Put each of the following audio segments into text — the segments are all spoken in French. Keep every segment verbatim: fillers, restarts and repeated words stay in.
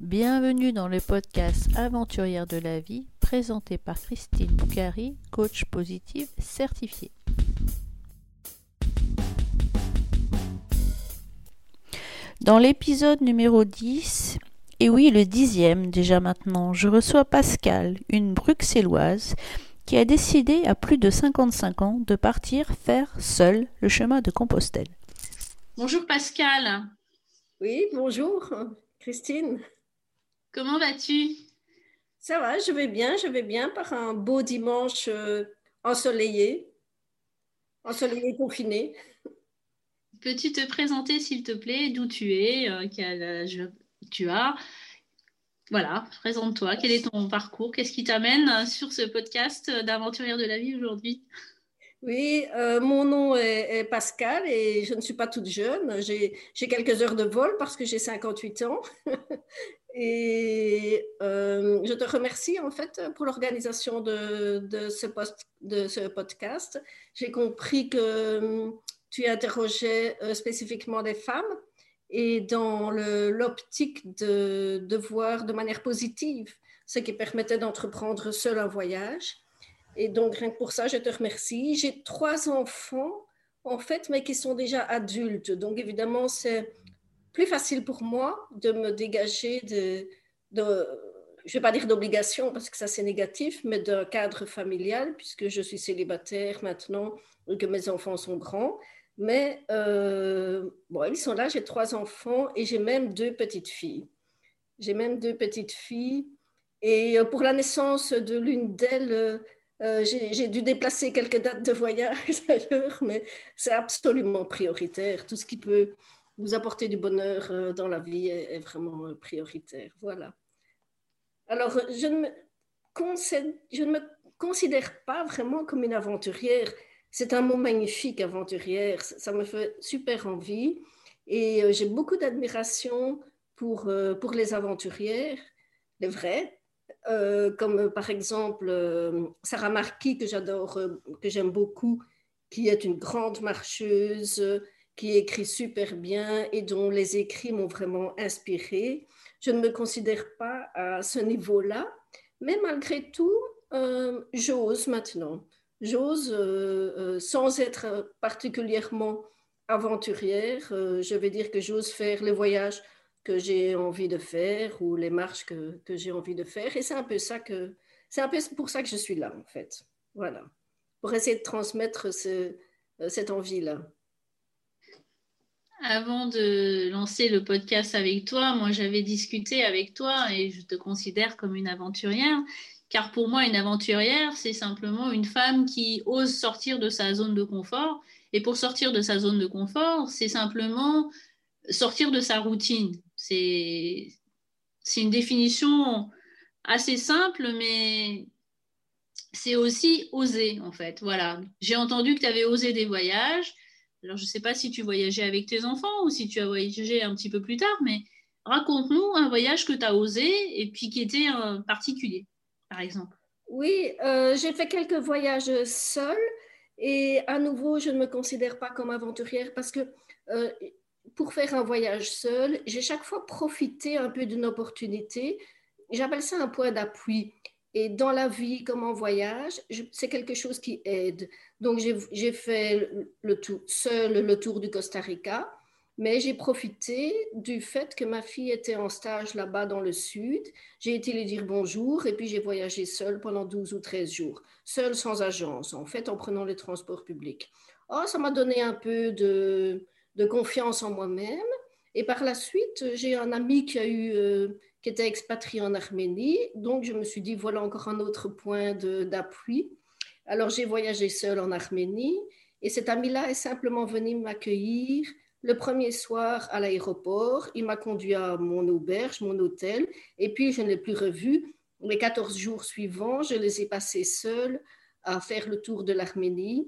Bienvenue dans le podcast Aventurière de la vie, présenté par Christine Boukhari, coach positive certifiée. Dans l'épisode numéro dix, et oui le dixième déjà maintenant, je reçois Pascale, une bruxelloise, qui a décidé à plus de cinquante-cinq ans de partir faire seule le chemin de Compostelle. Bonjour Pascale. Oui, bonjour Christine. Comment vas-tu? Ça va, je vais bien, je vais bien par un beau dimanche euh, ensoleillé, ensoleillé confiné. Peux-tu te présenter s'il te plaît, d'où tu es, euh, quel âge tu as? Voilà, présente-toi, quel est ton parcours? Qu'est-ce qui t'amène sur ce podcast d'Aventurière de la vie aujourd'hui? Oui, euh, mon nom est, est Pascal et je ne suis pas toute jeune. J'ai, j'ai quelques heures de vol parce que j'ai cinquante-huit ans. Et euh, je te remercie en fait pour l'organisation de, de, ce post, de ce podcast. J'ai compris que euh, tu interrogeais euh, spécifiquement des femmes et dans le, l'optique de, de voir de manière positive ce qui permettait d'entreprendre seul un voyage. Et donc, rien que pour ça, je te remercie. J'ai trois enfants, en fait, mais qui sont déjà adultes. Donc, évidemment, c'est plus facile pour moi de me dégager de, de je ne vais pas dire d'obligation, parce que ça, c'est négatif, mais d'un cadre familial, puisque je suis célibataire maintenant et que mes enfants sont grands. Mais euh, bon, ils sont là, j'ai trois enfants et j'ai même deux petites filles. J'ai même deux petites filles. Et pour la naissance de l'une d'elles, euh, j'ai, j'ai dû déplacer quelques dates de voyage d'ailleurs, mais c'est absolument prioritaire. Tout ce qui peut vous apporter du bonheur euh, dans la vie est, est vraiment euh, prioritaire. Voilà. Alors, je ne, me concède, je ne me considère pas vraiment comme une aventurière. C'est un mot magnifique, aventurière. Ça me fait super envie. Et euh, j'ai beaucoup d'admiration pour, euh, pour les aventurières, les vraies, euh, comme euh, par exemple euh, Sarah Marquis, que j'adore, euh, que j'aime beaucoup, qui est une grande marcheuse, euh, qui écrit super bien et dont les écrits m'ont vraiment inspirée. Je ne me considère pas à ce niveau-là, mais malgré tout, euh, j'ose maintenant. J'ose, euh, euh, sans être particulièrement aventurière, euh, je vais dire que j'ose faire les voyages que j'ai envie de faire ou les marches que, que j'ai envie de faire. Et c'est un peu ça que, c'est un peu pour ça que je suis là, en fait. Voilà. Pour essayer de transmettre ce, cette envie-là. Avant de lancer le podcast avec toi, moi j'avais discuté avec toi et je te considère comme une aventurière, car pour moi une aventurière, c'est simplement une femme qui ose sortir de sa zone de confort. Et pour sortir de sa zone de confort, c'est simplement sortir de sa routine. C'est, c'est une définition assez simple, mais c'est aussi oser, en fait. Voilà. J'ai entendu que tu avais osé des voyages. Alors, je ne sais pas si tu voyageais avec tes enfants ou si tu as voyagé un petit peu plus tard, mais raconte-nous un voyage que tu as osé et puis qui était euh, particulier, par exemple. Oui, euh, j'ai fait quelques voyages seuls et à nouveau, je ne me considère pas comme aventurière parce que euh, pour faire un voyage seul, j'ai chaque fois profité un peu d'une opportunité. J'appelle ça un point d'appui. Et dans la vie, comme en voyage, je- c'est quelque chose qui aide. Donc, j'ai j'ai fait le, le tour, seul le tour du Costa Rica, mais j'ai profité du fait que ma fille était en stage là-bas dans le sud. J'ai été lui dire bonjour et puis j'ai voyagé seule pendant douze ou treize jours, seule sans agence, en fait, en prenant les transports publics. Oh, ça m'a donné un peu de, de confiance en moi-même. Et par la suite, j'ai un ami qui a eu, euh, qui était expatrié en Arménie, donc je me suis dit voilà encore un autre point de, d'appui. Alors j'ai voyagé seule en Arménie et cet ami-là est simplement venu m'accueillir le premier soir à l'aéroport. Il m'a conduit à mon auberge, mon hôtel, et puis je ne l'ai plus revu. Les quatorze jours suivants, je les ai passés seuls à faire le tour de l'Arménie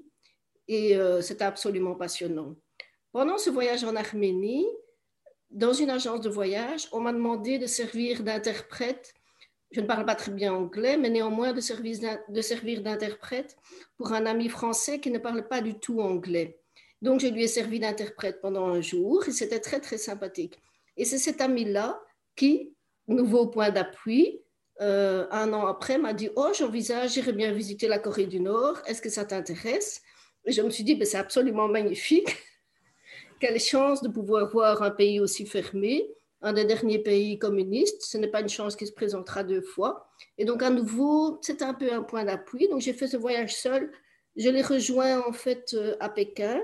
et euh, c'était absolument passionnant. Pendant ce voyage en Arménie, dans une agence de voyage, on m'a demandé de servir d'interprète. Je ne parle pas très bien anglais, mais néanmoins de, de servir d'interprète pour un ami français qui ne parle pas du tout anglais. Donc, je lui ai servi d'interprète pendant un jour et c'était très, très sympathique. Et c'est cet ami-là qui, nouveau point d'appui, euh, un an après, m'a dit « Oh, j'envisage, j'irais bien visiter la Corée du Nord, est-ce que ça t'intéresse ?» Et je me suis dit ben, « C'est absolument magnifique, quelle chance de pouvoir voir un pays aussi fermé, un des derniers pays communistes, ce n'est pas une chance qui se présentera deux fois. » Et donc à nouveau, c'est un peu un point d'appui, donc j'ai fait ce voyage seul, je l'ai rejoint en fait à Pékin,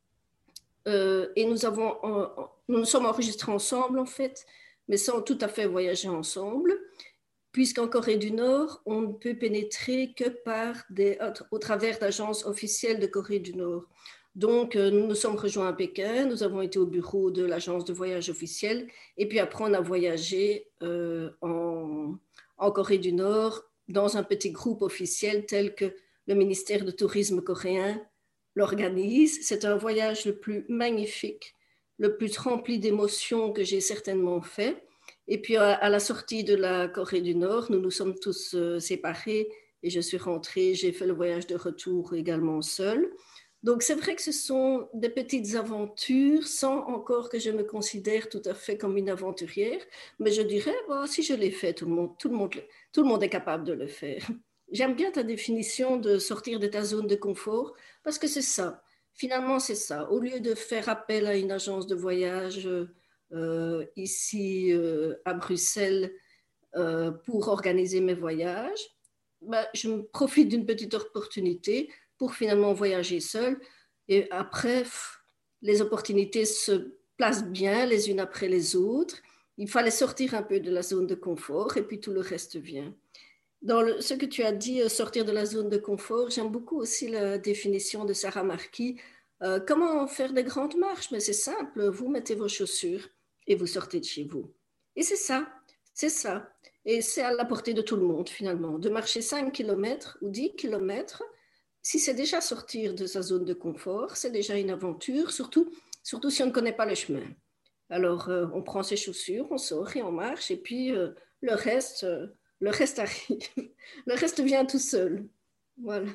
euh, et nous, avons, nous nous sommes enregistrés ensemble en fait, mais sans tout à fait voyager ensemble, puisqu'en Corée du Nord, on ne peut pénétrer que par des, au travers d'agences officielles de Corée du Nord. Donc, euh, nous nous sommes rejoints à Pékin, nous avons été au bureau de l'agence de voyage officielle, et puis après, on a voyagé euh, en, en Corée du Nord dans un petit groupe officiel tel que le ministère de tourisme coréen l'organise. C'est un voyage le plus magnifique, le plus rempli d'émotions que j'ai certainement fait. Et puis à la sortie de la Corée du Nord, nous nous sommes tous euh, séparés et je suis rentrée, j'ai fait le voyage de retour également seule. Donc c'est vrai que ce sont des petites aventures sans encore que je me considère tout à fait comme une aventurière, mais je dirais, bon, si je l'ai fait, tout le monde, tout le monde, tout le monde est capable de le faire. J'aime bien ta définition de sortir de ta zone de confort parce que c'est ça, finalement c'est ça. Au lieu de faire appel à une agence de voyage, Euh, ici euh, à Bruxelles euh, pour organiser mes voyages, ben, je me profite d'une petite opportunité pour finalement voyager seule. Et après, pff, les opportunités se placent bien les unes après les autres. Il fallait sortir un peu de la zone de confort et puis tout le reste vient. Dans le, ce que tu as dit, euh, sortir de la zone de confort, j'aime beaucoup aussi la définition de Sarah Marquis. Euh, comment faire des grandes marches? Mais c'est simple, vous mettez vos chaussures et vous sortez de chez vous. Et c'est ça, c'est ça. Et c'est à la portée de tout le monde finalement. De marcher cinq kilomètres ou dix kilomètres, si c'est déjà sortir de sa zone de confort, c'est déjà une aventure, surtout, surtout si on ne connaît pas le chemin. Alors, euh, on prend ses chaussures, on sort et on marche, et puis euh, le reste, euh, le reste arrive. Le reste vient tout seul. Voilà.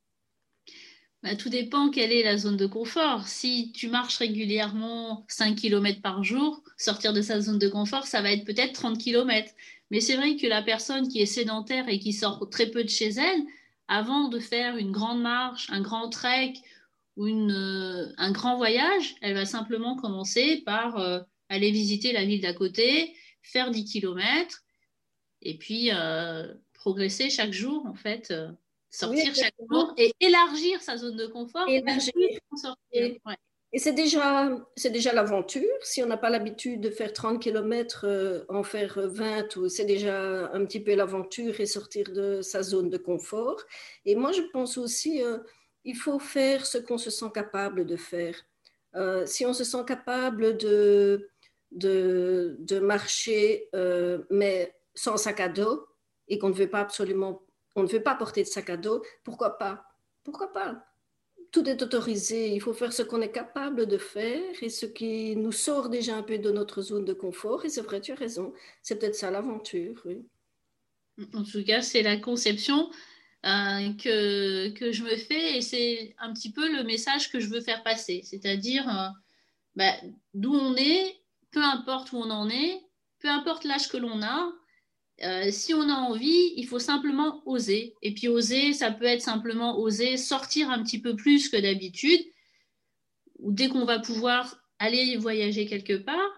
Bah, tout dépend quelle est la zone de confort. Si tu marches régulièrement cinq kilomètres par jour, sortir de sa zone de confort, ça va être peut-être trente kilomètres. Mais c'est vrai que la personne qui est sédentaire et qui sort très peu de chez elle, avant de faire une grande marche, un grand trek ou une, euh, un grand voyage, elle va simplement commencer par euh, aller visiter la ville d'à côté, faire dix kilomètres et puis euh, progresser chaque jour, en fait. Euh, Oui, sortir chaque jour exactement. et élargir sa zone de confort, mais Élargir. plus en sortir. Et, Ouais. et c'est déjà, c'est déjà l'aventure. Si on n'a pas l'habitude de faire trente kilomètres, euh, en faire vingt, ou c'est déjà un petit peu l'aventure et sortir de sa zone de confort. Et moi, je pense aussi, euh, il faut faire ce qu'on se sent capable de faire. Euh, si on se sent capable de, de, de marcher, euh, mais sans sac à dos, et qu'on ne veut pas absolument, on ne veut pas porter de sac à dos, pourquoi pas? Pourquoi pas? Tout est autorisé, il faut faire ce qu'on est capable de faire et ce qui nous sort déjà un peu de notre zone de confort. Et c'est vrai, tu as raison, c'est peut-être ça l'aventure, oui. En tout cas, c'est la conception euh, que, que je me fais et c'est un petit peu le message que je veux faire passer. C'est-à-dire, euh, bah, d'où on est, peu importe où on en est, peu importe l'âge que l'on a, euh, si on a envie, il faut simplement oser. Et puis oser, ça peut être simplement oser sortir un petit peu plus que d'habitude, ou dès qu'on va pouvoir aller voyager quelque part.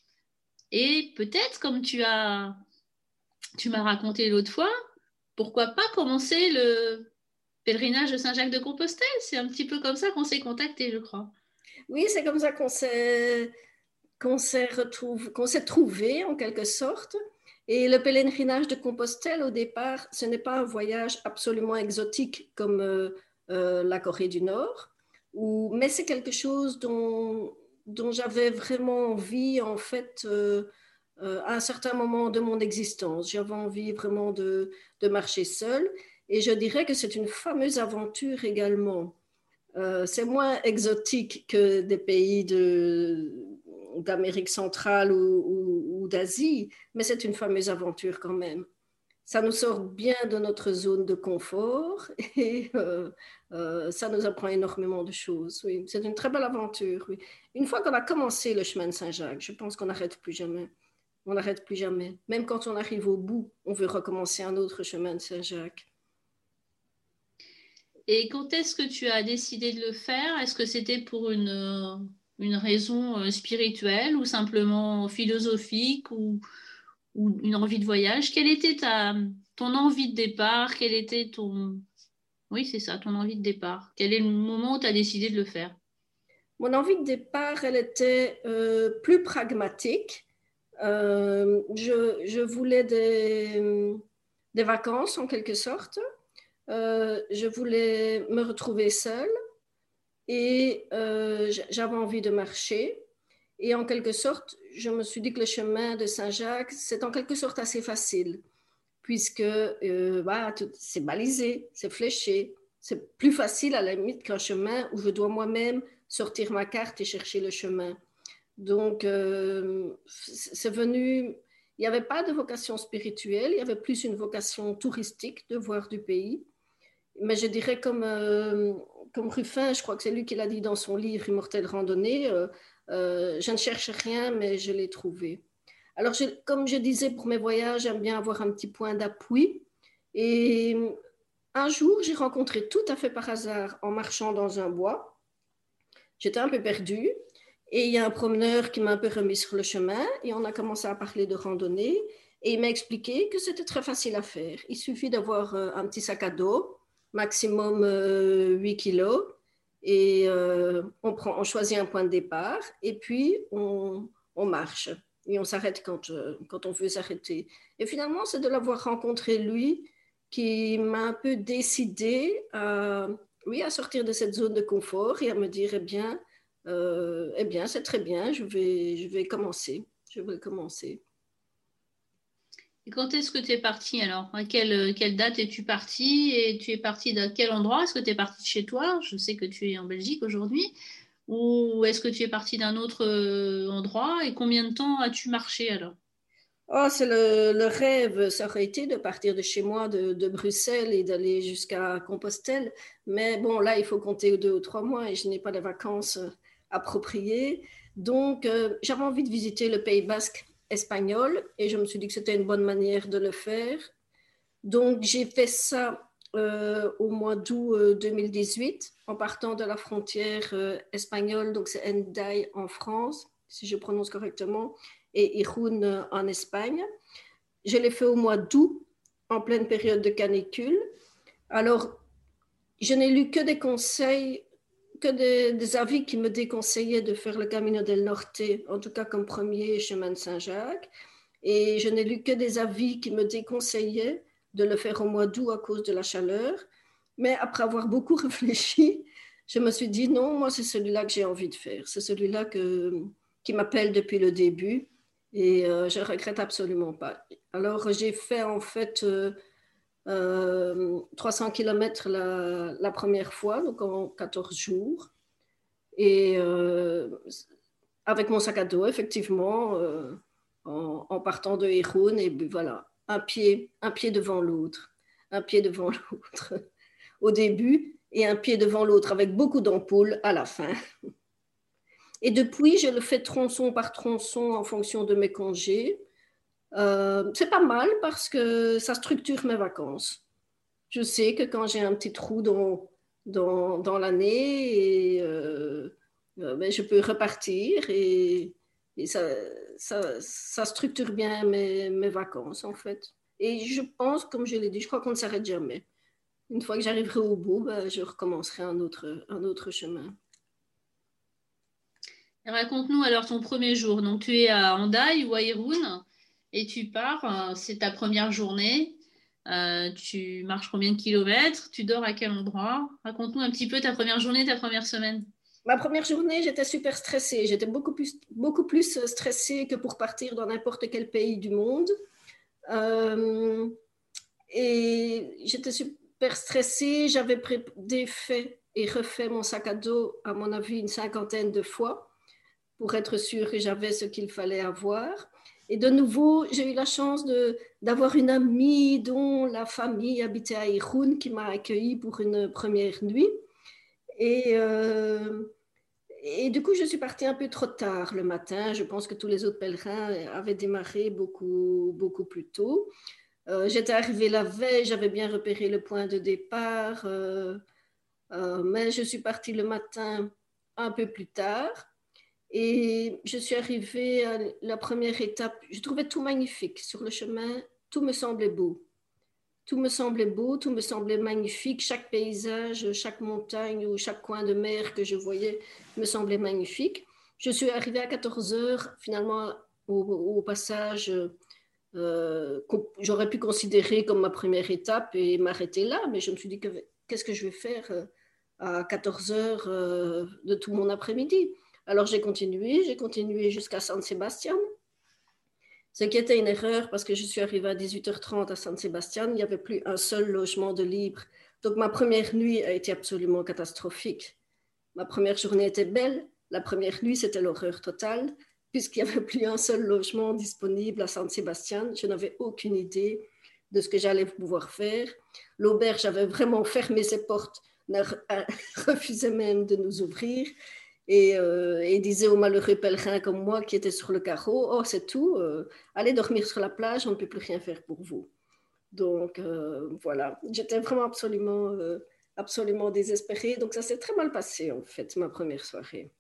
Et peut-être, comme tu as, tu m'as raconté l'autre fois, pourquoi pas commencer le pèlerinage de Saint-Jacques-de-Compostelle? C'est un petit peu comme ça qu'on s'est contacté, je crois. Oui, c'est comme ça qu'on s'est qu'on s'est retrouvé, qu'on s'est trouvé en quelque sorte. Et le pèlerinage de Compostelle, au départ, ce n'est pas un voyage absolument exotique comme euh, euh, la Corée du Nord, où, mais c'est quelque chose dont, dont j'avais vraiment envie, en fait, euh, euh, à un certain moment de mon existence. J'avais envie vraiment de, de marcher seule. Et je dirais que c'est une fameuse aventure également. Euh, c'est moins exotique que des pays de, d'Amérique centrale ou, ou, ou d'Asie, mais c'est une fameuse aventure quand même. Ça nous sort bien de notre zone de confort et euh, euh, ça nous apprend énormément de choses. Oui. C'est une très belle aventure. Oui. Une fois qu'on a commencé le chemin de Saint-Jacques, je pense qu'on n'arrête plus jamais. On n'arrête plus jamais. Même quand on arrive au bout, on veut recommencer un autre chemin de Saint-Jacques. Et quand est-ce que tu as décidé de le faire? Est-ce que c'était pour une, une raison spirituelle ou simplement philosophique ou, ou une envie de voyage? Quelle était ta, ton envie de départ? Quel était ton... Oui, c'est ça, ton envie de départ. Quel est le moment où tu as décidé de le faire? Mon envie de départ, elle était euh, plus pragmatique. Euh, je, je, voulais des, des vacances en quelque sorte. Euh, je voulais me retrouver seule et euh, j'avais envie de marcher. Et en quelque sorte, je me suis dit que le chemin de Saint-Jacques, c'est en quelque sorte assez facile, puisque euh, bah, c'est balisé, c'est fléché. C'est plus facile à la limite qu'un chemin où je dois moi-même sortir ma carte et chercher le chemin. Donc, euh, c'est venu... Il n'y avait pas de vocation spirituelle, il y avait plus une vocation touristique de voir du pays. Mais je dirais comme, euh, comme Ruffin, je crois que c'est lui qui l'a dit dans son livre Immortelle randonnée, euh, euh, je ne cherche rien, mais je l'ai trouvé. Alors, je, comme je disais, pour mes voyages, j'aime bien avoir un petit point d'appui. Et un jour, j'ai rencontré tout à fait par hasard, en marchant dans un bois, j'étais un peu perdue, et il y a un promeneur qui m'a un peu remis sur le chemin, et on a commencé à parler de randonnée, et il m'a expliqué que c'était très facile à faire. Il suffit d'avoir un petit sac à dos, maximum euh, huit kilos, et euh, on, prend, on choisit un point de départ, et puis on, on marche, et on s'arrête quand, euh, quand on veut s'arrêter. Et finalement, c'est de l'avoir rencontré lui qui m'a un peu décidé à, oui, à sortir de cette zone de confort et à me dire, eh bien, euh, eh bien c'est très bien, je vais, je vais commencer, je vais commencer. Et quand est-ce que tu es partie alors? À quelle, quelle date es-tu partie? Et tu es partie de quel endroit? Est-ce que tu es partie de chez toi? Je sais que tu es en Belgique aujourd'hui. Ou est-ce que tu es partie d'un autre euh, endroit? Et combien de temps as-tu marché alors? Oh, c'est le, le rêve, ça aurait été de partir de chez moi, de, de Bruxelles et d'aller jusqu'à Compostelle. Mais bon, là, il faut compter deux ou trois mois et je n'ai pas de vacances appropriées. Donc, euh, j'avais envie de visiter le Pays Basque espagnol et je me suis dit que c'était une bonne manière de le faire. Donc, j'ai fait ça euh, au mois d'août euh, deux mille dix-huit en partant de la frontière euh, espagnole, donc c'est Hendaye en France, si je prononce correctement, et Irún euh, en Espagne. Je l'ai fait au mois d'août, en pleine période de canicule. Alors, je n'ai lu que des conseils, que des, des avis qui me déconseillaient de faire le Camino del Norte, en tout cas comme premier chemin de Saint-Jacques. Et je n'ai lu que des avis qui me déconseillaient de le faire au mois d'août à cause de la chaleur. Mais après avoir beaucoup réfléchi, je me suis dit non, moi c'est celui-là que j'ai envie de faire. C'est celui-là que, qui m'appelle depuis le début et euh, je ne regrette absolument pas. Alors j'ai fait en fait euh, euh, trois cents kilomètres la, la première fois, donc en quatorze jours. Et euh, avec mon sac à dos, effectivement, euh, en, en, partant de Irún, et voilà, un pied, un pied devant l'autre, un pied devant l'autre au début et un pied devant l'autre avec beaucoup d'ampoules à la fin. Et depuis, je le fais tronçon par tronçon en fonction de mes congés. Euh, c'est pas mal parce que ça structure mes vacances. Je sais que quand j'ai un petit trou dans, dans, dans l'année, et, euh, euh, ben, je peux repartir et, et ça, ça, ça, structure bien mes, mes vacances en fait. Et je pense, comme je l'ai dit, je crois qu'on ne s'arrête jamais. Une fois que j'arriverai au bout, ben, je recommencerai un autre, un autre chemin. Raconte-nous alors ton premier jour. Donc tu es à Hendaye ou à Irún et tu pars, c'est ta première journée. Euh, tu marches combien de kilomètres? Tu dors à quel endroit? Raconte-nous un petit peu ta première journée, ta première semaine. Ma première journée, j'étais super stressée. J'étais beaucoup plus, beaucoup plus stressée que pour partir dans n'importe quel pays du monde. Euh, et j'étais super stressée. J'avais défait et refait mon sac à dos, à mon avis, une cinquantaine de fois pour être sûre que j'avais ce qu'il fallait avoir. Et de nouveau, j'ai eu la chance de, d'avoir une amie dont la famille habitait à Irún qui m'a accueillie pour une première nuit. Et, euh, et du coup, je suis partie un peu trop tard le matin. Je pense que tous les autres pèlerins avaient démarré beaucoup, beaucoup plus tôt. Euh, j'étais arrivée la veille, j'avais bien repéré le point de départ, euh, euh, mais je suis partie le matin un peu plus tard. Et je suis arrivée à la première étape. Je trouvais tout magnifique. Sur le chemin, tout me semblait beau. Tout me semblait beau, tout me semblait magnifique. Chaque paysage, chaque montagne ou chaque coin de mer que je voyais me semblait magnifique. Je suis arrivée à quatorze heures, finalement, au, au passage euh, que j'aurais pu considérer comme ma première étape et m'arrêter là. Mais je me suis dit, que, qu'est-ce que je vais faire euh, à quatorze heures euh, de tout mon après-midi? Alors j'ai continué, j'ai continué jusqu'à San Sebastian. Ce qui était une erreur parce que je suis arrivée à dix-huit heures trente à San Sebastian, il n'y avait plus un seul logement de libre. Donc ma première nuit a été absolument catastrophique. Ma première journée était belle, la première nuit c'était l'horreur totale, puisqu'il n'y avait plus un seul logement disponible à San Sebastian. Je n'avais aucune idée de ce que j'allais pouvoir faire. L'auberge avait vraiment fermé ses portes, refusait même de nous ouvrir. Et, euh, et disait aux malheureux pèlerins comme moi qui étaient sur le carreau, oh c'est tout, euh, allez dormir sur la plage, on ne peut plus rien faire pour vous. Donc euh, voilà, j'étais vraiment absolument, euh, absolument désespérée. Donc ça s'est très mal passé en fait, ma première soirée.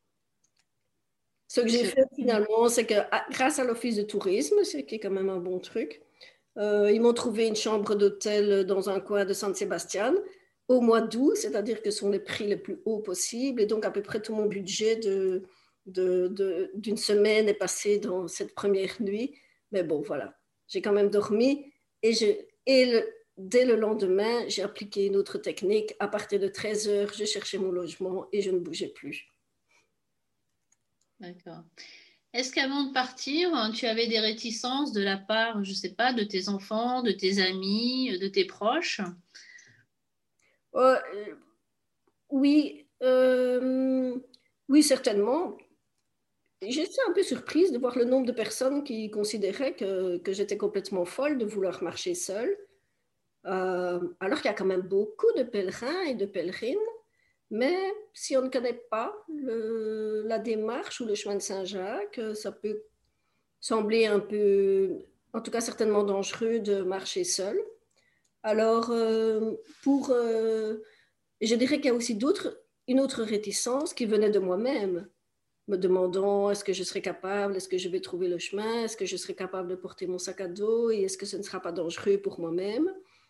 Ce que j'ai fait finalement, c'est que grâce à l'office de tourisme, ce qui est quand même un bon truc, euh, ils m'ont trouvé une chambre d'hôtel dans un coin de San Sebastian au mois d'août, c'est-à-dire que ce sont les prix les plus hauts possibles. Et donc, à peu près tout mon budget de, de, de, d'une semaine est passé dans cette première nuit. Mais bon, voilà, j'ai quand même dormi. Et, je, et le, dès le lendemain, j'ai appliqué une autre technique. À partir de treize heures, je cherchais mon logement et je ne bougeais plus. D'accord. Est-ce qu'avant de partir, tu avais des réticences de la part, je ne sais pas, de tes enfants, de tes amis, de tes proches? euh, Oui, euh, oui, certainement. J'étais un peu surprise de voir le nombre de personnes qui considéraient que, que j'étais complètement folle de vouloir marcher seule, euh, alors qu'il y a quand même beaucoup de pèlerins et de pèlerines. Mais si on ne connaît pas le, la démarche ou le chemin de Saint-Jacques, ça peut sembler un peu, en tout cas certainement dangereux de marcher seul. Alors, euh, pour, euh, je dirais qu'il y a aussi d'autres, une autre réticence qui venait de moi-même, me demandant est-ce que je serai capable, est-ce que je vais trouver le chemin, est-ce que je serai capable de porter mon sac à dos et est-ce que ce ne sera pas dangereux pour moi-même.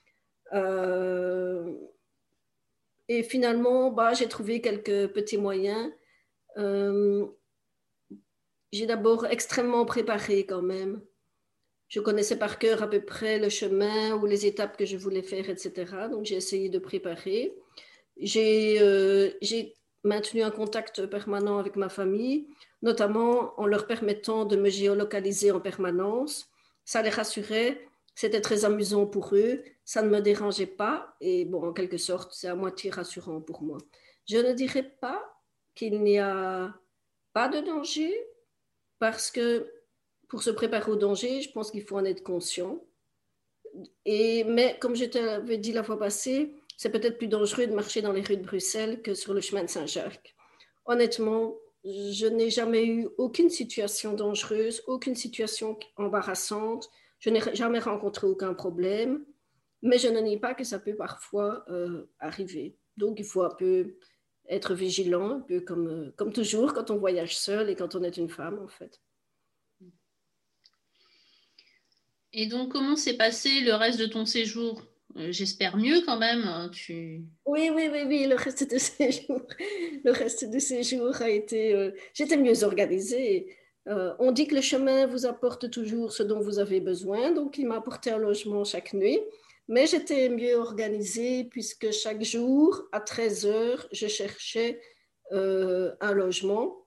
Euh, et finalement, bah, j'ai trouvé quelques petits moyens. Euh, j'ai d'abord extrêmement préparé quand même. Je connaissais par cœur à peu près le chemin ou les étapes que je voulais faire, et cetera. Donc j'ai essayé de préparer. J'ai, euh, j'ai maintenu un contact permanent avec ma famille, notamment en leur permettant de me géolocaliser en permanence. Ça les rassurait, c'était très amusant pour eux, ça ne me dérangeait pas et bon, en quelque sorte, c'est à moitié rassurant pour moi. Je ne dirais pas qu'il n'y a pas de danger parce que pour se préparer au danger, je pense qu'il faut en être conscient. Et, mais comme je te l'avais dit la fois passée, c'est peut-être plus dangereux de marcher dans les rues de Bruxelles que sur le chemin de Saint-Jacques. Honnêtement, je n'ai jamais eu aucune situation dangereuse, aucune situation embarrassante. Je n'ai jamais rencontré aucun problème, mais je ne nie pas que ça peut parfois euh, arriver. Donc, il faut un peu être vigilant, un peu comme, comme toujours quand on voyage seul et quand on est une femme, en fait. Et donc, comment s'est passé le reste de ton séjour? Euh, J'espère mieux quand même. Hein, tu... Oui, oui, oui, oui, le reste de séjour, le reste de séjour a été, euh, j'étais mieux organisée. Euh, on dit que le chemin vous apporte toujours ce dont vous avez besoin, donc il m'a apporté un logement chaque nuit, mais j'étais mieux organisée puisque chaque jour, à treize heures, je cherchais euh, un logement.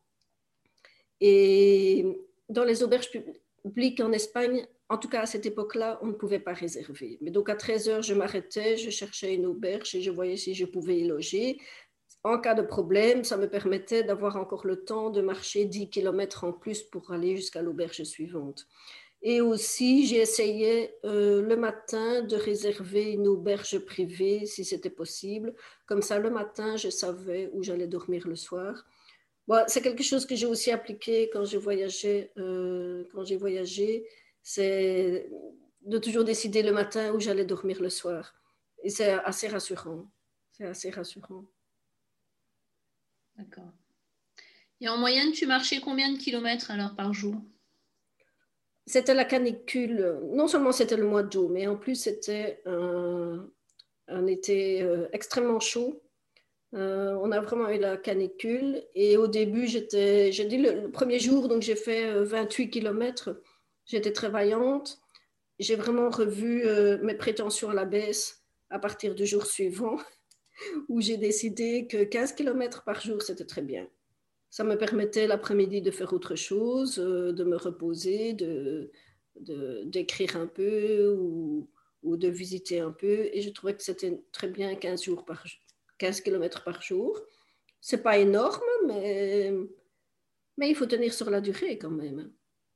Et dans les auberges publiques en Espagne, en tout cas à cette époque-là, on ne pouvait pas réserver. Mais donc à treize heures, je m'arrêtais, je cherchais une auberge et je voyais si je pouvais y loger. En cas de problème, ça me permettait d'avoir encore le temps de marcher dix kilomètres en plus pour aller jusqu'à l'auberge suivante. Et aussi, j'ai essayé euh, le matin de réserver une auberge privée si c'était possible. Comme ça, le matin, je savais où j'allais dormir le soir. Bon, c'est quelque chose que j'ai aussi appliqué quand j'ai voyagé. Euh, quand j'ai voyagé, c'est de toujours décider le matin où j'allais dormir le soir. Et c'est assez rassurant. C'est assez rassurant. D'accord. Et en moyenne, tu marchais combien de kilomètres alors par jour? C'était la canicule. Non seulement c'était le mois de juin, mais en plus c'était un, un été euh, extrêmement chaud. Euh, on a vraiment eu la canicule. Et au début, j'étais, j'ai dit le, le premier jour, donc j'ai fait euh, vingt-huit kilomètres. J'étais très vaillante. J'ai vraiment revu euh, mes prétentions à la baisse à partir du jour suivant, où j'ai décidé que quinze kilomètres par jour, c'était très bien. Ça me permettait l'après-midi de faire autre chose, euh, de me reposer, de, de, d'écrire un peu ou, ou de visiter un peu. Et je trouvais que c'était très bien quinze, jours par, quinze kilomètres par jour. C'est pas énorme, mais, mais il faut tenir sur la durée quand même.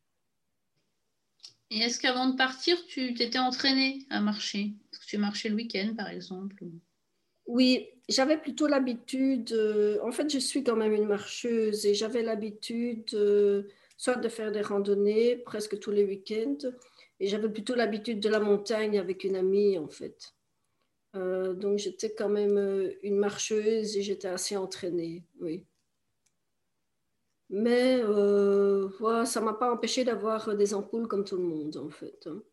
Et est-ce qu'avant de partir, tu t'étais entraînée à marcher? Est-ce que tu marchais le week-end, par exemple? Oui, j'avais plutôt l'habitude, euh, en fait, je suis quand même une marcheuse et j'avais l'habitude euh, soit de faire des randonnées presque tous les week-ends et j'avais plutôt l'habitude de la montagne avec une amie, en fait. Euh, donc, j'étais quand même euh, une marcheuse et j'étais assez entraînée, oui. Mais euh, voilà, ça ne m'a pas empêché d'avoir des ampoules comme tout le monde, en fait. Hein.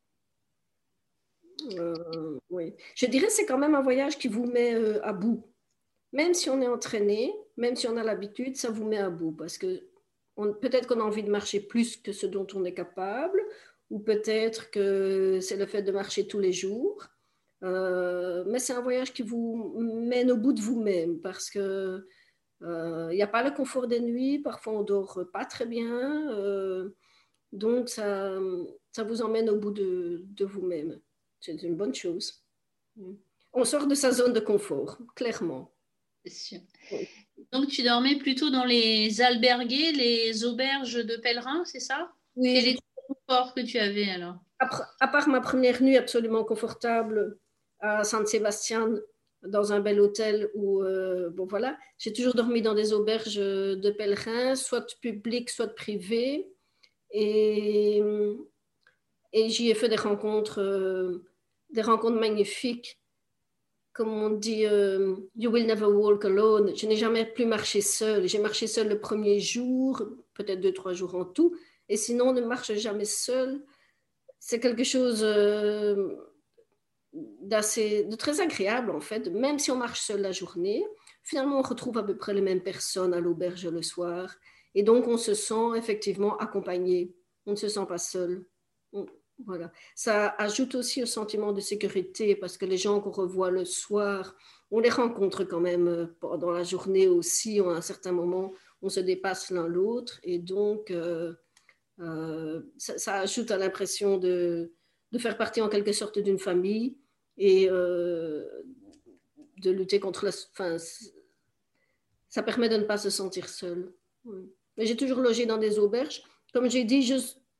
Euh, oui. Je dirais que c'est quand même un voyage qui vous met euh, à bout. Même si on est entraîné, même si on a l'habitude, ça vous met à bout parce que on, peut-être qu'on a envie de marcher plus que ce dont on est capable, ou peut-être que c'est le fait de marcher tous les jours. Euh, mais c'est un voyage qui vous mène au bout de vous-même parce que il n'y a pas le confort des nuits, parfois on dort pas très bien, euh, donc ça, ça vous emmène au bout de, de vous-même. C'est une bonne chose. On sort de sa zone de confort, clairement. C'est sûr. Oui. Donc, tu dormais plutôt dans les albergues, les auberges de pèlerins, c'est ça? Oui, Quel j'ai était le confort que tu avais alors? à part ma première nuit absolument confortable à San-Sébastien, dans un bel hôtel où, euh, bon voilà, j'ai toujours dormi dans des auberges de pèlerins, soit publiques, soit privées. Et, et j'y ai fait des rencontres, euh, des rencontres magnifiques. Comme on dit, euh, You will never walk alone. Je n'ai jamais plus marché seule. J'ai marché seule le premier jour, peut-être deux, trois jours en tout. Et sinon, on ne marche jamais seule. C'est quelque chose euh, d'assez, de très agréable en fait, même si on marche seul la journée. Finalement, on retrouve à peu près les mêmes personnes à l'auberge le soir. Et donc, on se sent effectivement accompagné. On ne se sent pas seul. On, voilà. Ça ajoute aussi au sentiment de sécurité parce que les gens qu'on revoit le soir, on les rencontre quand même pendant la journée aussi. À un certain moment, on se dépasse l'un l'autre. Et donc, euh, euh, ça, ça, ajoute à l'impression de, de faire partie en quelque sorte d'une famille et euh, de lutter contre la... Enfin, ça permet de ne pas se sentir seul. Oui. Mais j'ai toujours logé dans des auberges. Comme j'ai dit, je,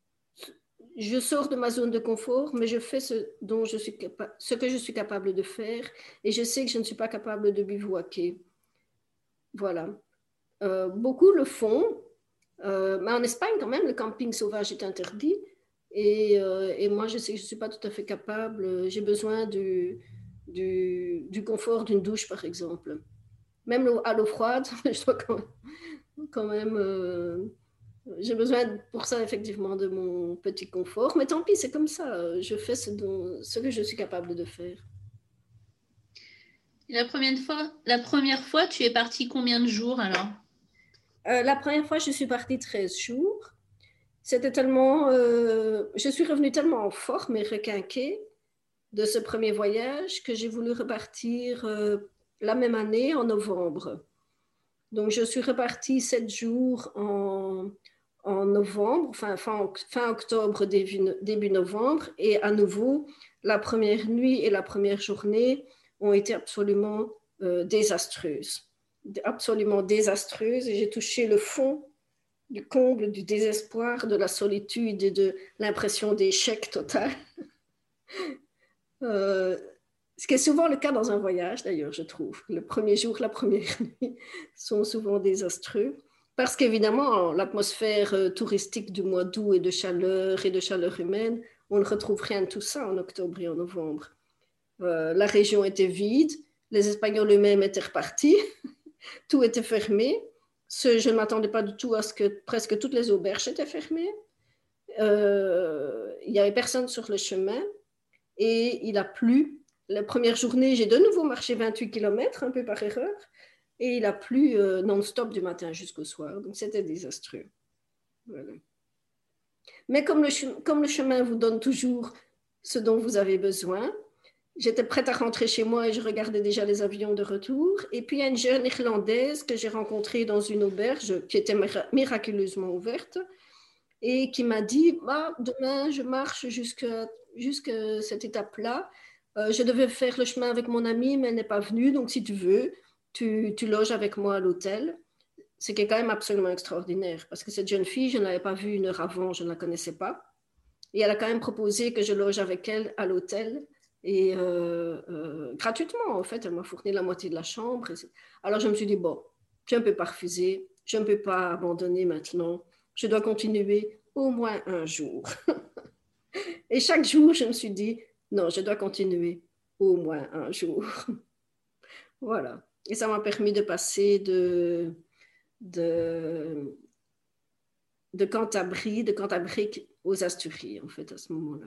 je sors de ma zone de confort, mais je fais ce, dont je suis capa- ce que je suis capable de faire et je sais que je ne suis pas capable de bivouaquer. Voilà. Euh, beaucoup le font, euh, mais en Espagne, quand même, le camping sauvage est interdit. Et, euh, et moi, je sais que je ne suis pas tout à fait capable. J'ai besoin du, du, du confort d'une douche, par exemple. Même à l'eau froide, je dois quand même. Quand même euh, j'ai besoin pour ça, effectivement, de mon petit confort. Mais tant pis, c'est comme ça. Je fais ce, dont, ce que je suis capable de faire. Et la première fois, la première fois, tu es partie combien de jours alors? Euh, la première fois, je suis partie treize jours. C'était tellement. Euh, je suis revenue tellement en forme et requinquée de ce premier voyage que j'ai voulu repartir euh, la même année en novembre. Donc, je suis repartie sept jours en, en novembre, enfin fin, fin octobre, début, début novembre, et à nouveau, la première nuit et la première journée ont été absolument euh, désastreuses. Absolument désastreuses, et j'ai touché le fond du comble, du désespoir, de la solitude et de l'impression d'échec total. Euh, ce qui est souvent le cas dans un voyage, d'ailleurs, je trouve. Le premier jour, la première nuit sont souvent désastreux. Parce qu'évidemment, l'atmosphère euh, touristique du mois d'août et de chaleur et de chaleur humaine, on ne retrouve rien de tout ça en octobre et en novembre. Euh, la région était vide, les Espagnols eux-mêmes étaient repartis, tout était fermé. Ce, je ne m'attendais pas du tout à ce que presque toutes les auberges étaient fermées. Euh, il n'y avait personne sur le chemin et il a plu. La première journée, j'ai de nouveau marché vingt-huit kilomètres, un peu par erreur, et il a plu euh, non-stop du matin jusqu'au soir. Donc c'était désastreux. Voilà. Mais comme le, comme le chemin vous donne toujours ce dont vous avez besoin, j'étais prête à rentrer chez moi et je regardais déjà les avions de retour. Et puis, il y a une jeune Irlandaise que j'ai rencontrée dans une auberge qui était miraculeusement ouverte et qui m'a dit bah, demain, je marche jusqu'à, jusqu'à cette étape-là. Euh, je devais faire le chemin avec mon amie, mais elle n'est pas venue. Donc, si tu veux, tu, tu loges avec moi à l'hôtel. Ce qui est quand même absolument extraordinaire parce que cette jeune fille, je ne l'avais pas vue une heure avant, je ne la connaissais pas. Et elle a quand même proposé que je loge avec elle à l'hôtel. Et euh, euh, gratuitement, en fait, elle m'a fourni la moitié de la chambre. Alors, je me suis dit, bon, je ne peux pas refuser, je ne peux pas abandonner maintenant, je dois continuer au moins un jour. Et chaque jour, je me suis dit, non, je dois continuer au moins un jour. Voilà. Et ça m'a permis de passer de, de, de Cantabrie, de Cantabrique aux Asturies, en fait, à ce moment-là.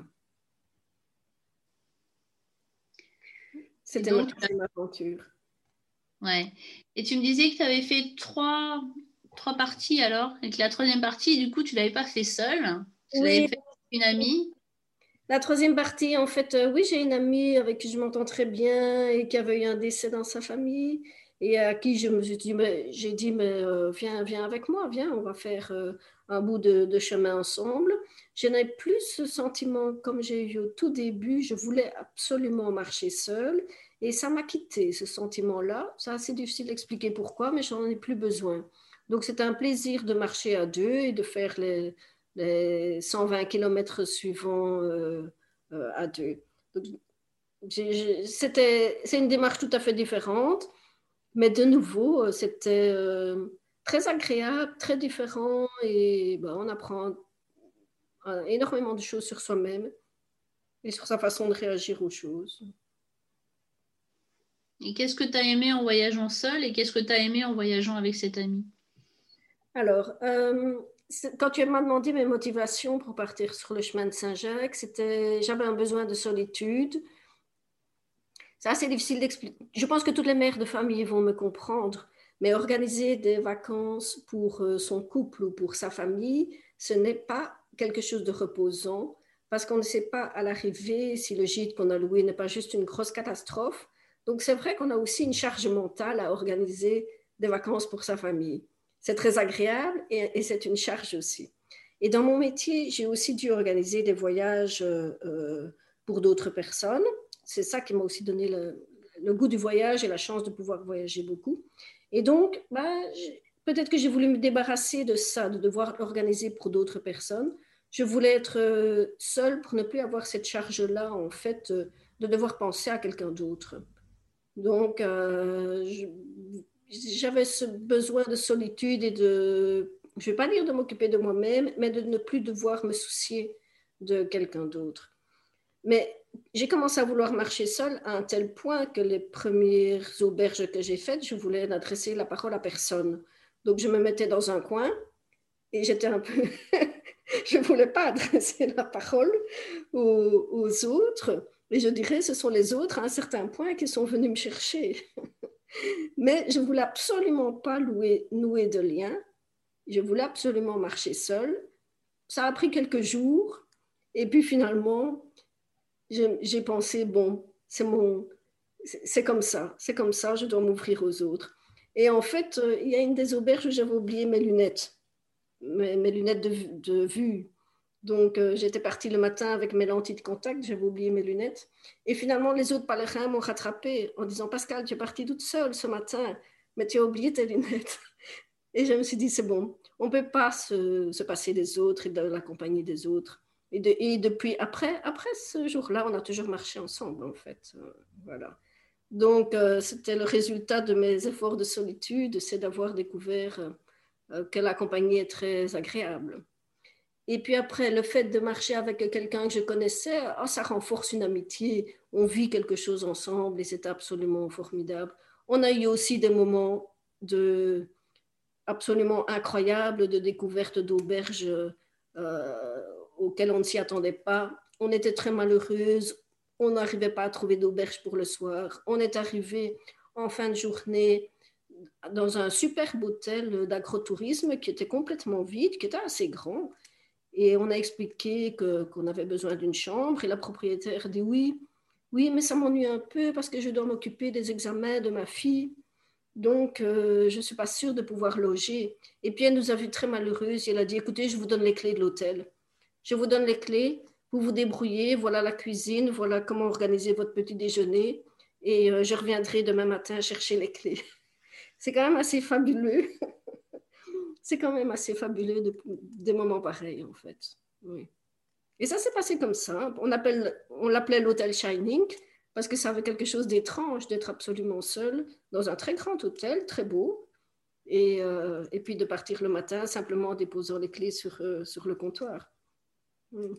C'était donc, ma troisième aventure. Ouais. Et tu me disais que tu avais fait trois, trois parties alors, et que la troisième partie, du coup, tu ne l'avais pas fait seule. Tu oui. l'avais fait avec une amie. La troisième partie, en fait, euh, oui, j'ai une amie avec qui je m'entends très bien et qui avait eu un décès dans sa famille et à qui je me suis dit, mais, j'ai dit, mais euh, viens, viens avec moi, viens, on va faire euh, un bout de, de chemin ensemble. Je n'avais plus ce sentiment comme j'ai eu au tout début, je voulais absolument marcher seule et ça m'a quitté, ce sentiment-là. C'est assez difficile d'expliquer pourquoi, mais j'en ai plus besoin. Donc, c'est un plaisir de marcher à deux et de faire les les cent vingt kilomètres suivants euh, euh, à deux. Donc, j'ai, j'ai, c'était, c'est une démarche tout à fait différente, mais de nouveau, c'était euh, très agréable, très différent et ben, on apprend euh, énormément de choses sur soi-même et sur sa façon de réagir aux choses. Et qu'est-ce que tu as aimé en voyageant seule et qu'est-ce que tu as aimé en voyageant avec cette amie? Alors, euh, quand tu m'as demandé mes motivations pour partir sur le chemin de Saint-Jacques, c'était, j'avais un besoin de solitude. C'est assez difficile d'expliquer. Je pense que toutes les mères de famille vont me comprendre, mais organiser des vacances pour son couple ou pour sa famille, ce n'est pas quelque chose de reposant parce qu'on ne sait pas à l'arrivée si le gîte qu'on a loué n'est pas juste une grosse catastrophe. Donc, c'est vrai qu'on a aussi une charge mentale à organiser des vacances pour sa famille. C'est très agréable et, et c'est une charge aussi. Et dans mon métier, j'ai aussi dû organiser des voyages euh, pour d'autres personnes. C'est ça qui m'a aussi donné le, le goût du voyage et la chance de pouvoir voyager beaucoup. Et donc, bah, peut-être que j'ai voulu me débarrasser de ça, de devoir organiser pour d'autres personnes. Je voulais être seule pour ne plus avoir cette charge-là, en fait, de devoir penser à quelqu'un d'autre. Donc, euh, je, j'avais ce besoin de solitude et de, je ne vais pas dire de m'occuper de moi-même, mais de ne plus devoir me soucier de quelqu'un d'autre. Mais j'ai commencé à vouloir marcher seule à un tel point que les premières auberges que j'ai faites, je voulais n'adresser la parole à personne. Donc, je me mettais dans un coin et j'étais un peu... je ne voulais pas adresser la parole aux, aux autres. Et je dirais, ce sont les autres à un certain point qui sont venus me chercher. Mais je ne voulais absolument pas louer, nouer de lien. Je voulais absolument marcher seule. Ça a pris quelques jours. Et puis finalement, j'ai pensé, bon, c'est mon, c'est comme ça, c'est comme ça, je dois m'ouvrir aux autres. Et en fait, il y a une des auberges où j'avais oublié mes lunettes, mes, mes lunettes de, de vue. Donc, euh, j'étais partie le matin avec mes lentilles de contact, j'avais oublié mes lunettes. Et finalement, les autres pèlerins m'ont rattrapée en disant, Pascal, tu es partie toute seule ce matin, mais tu as oublié tes lunettes. Et je me suis dit, c'est bon, on ne peut pas se, se passer des autres et de la compagnie des autres. Et, de, et depuis, après, après ce jour-là, on a toujours marché ensemble, en fait. Euh, voilà. Donc, euh, c'était le résultat de mes efforts de solitude, c'est d'avoir découvert euh, que la compagnie est très agréable. Et puis après, le fait de marcher avec quelqu'un que je connaissais, oh, ça renforce une amitié. On vit quelque chose ensemble et c'est absolument formidable. On a eu aussi des moments de, absolument incroyables de découverte d'auberges euh, auxquelles on ne s'y attendait pas. On était très malheureuses. On n'arrivait pas à trouver d'auberge pour le soir. On est arrivé en fin de journée dans un superbe hôtel d'agrotourisme qui était complètement vide, qui était assez grand. Et on a expliqué que, qu'on avait besoin d'une chambre. Et la propriétaire dit oui, oui, mais ça m'ennuie un peu parce que je dois m'occuper des examens de ma fille. Donc, euh, je ne suis pas sûre de pouvoir loger. Et puis, elle nous a vues très malheureuses. Et elle a dit, écoutez, je vous donne les clés de l'hôtel. Je vous donne les clés, vous vous débrouillez. Voilà la cuisine, voilà comment organiser votre petit déjeuner. Et euh, je reviendrai demain matin chercher les clés. C'est quand même assez fabuleux. C'est quand même assez fabuleux de, des moments pareils, en fait. Oui. Et ça s'est passé comme ça. On, appelle, on l'appelait l'hôtel Shining parce que ça avait quelque chose d'étrange d'être absolument seul dans un très grand hôtel, très beau, et, euh, et puis de partir le matin simplement en déposant les clés sur, euh, sur le comptoir. Mm.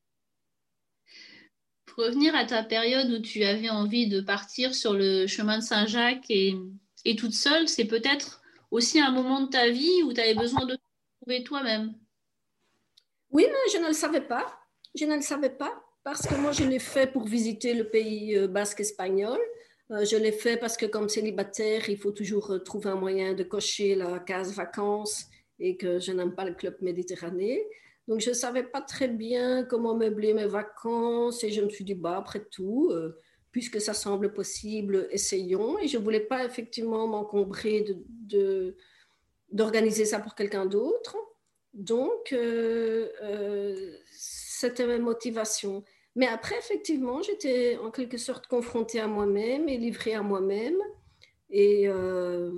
Pour revenir à ta période où tu avais envie de partir sur le chemin de Saint-Jacques et, et toute seule, c'est peut-être aussi un moment de ta vie où tu avais besoin de te trouver toi-même. Oui, mais je ne le savais pas. Je ne le savais pas parce que moi, je l'ai fait pour visiter le pays euh, basque espagnol. Euh, je l'ai fait parce que comme célibataire, il faut toujours euh, trouver un moyen de cocher la case vacances et que je n'aime pas le club méditerranéen. Donc, je ne savais pas très bien comment meubler mes vacances et je me suis dit, bah, après tout, euh, puisque ça semble possible, essayons. Et je ne voulais pas effectivement m'encombrer de, de, d'organiser ça pour quelqu'un d'autre. Donc, euh, euh, c'était ma motivation. Mais après, effectivement, j'étais en quelque sorte confrontée à moi-même et livrée à moi-même. Et euh,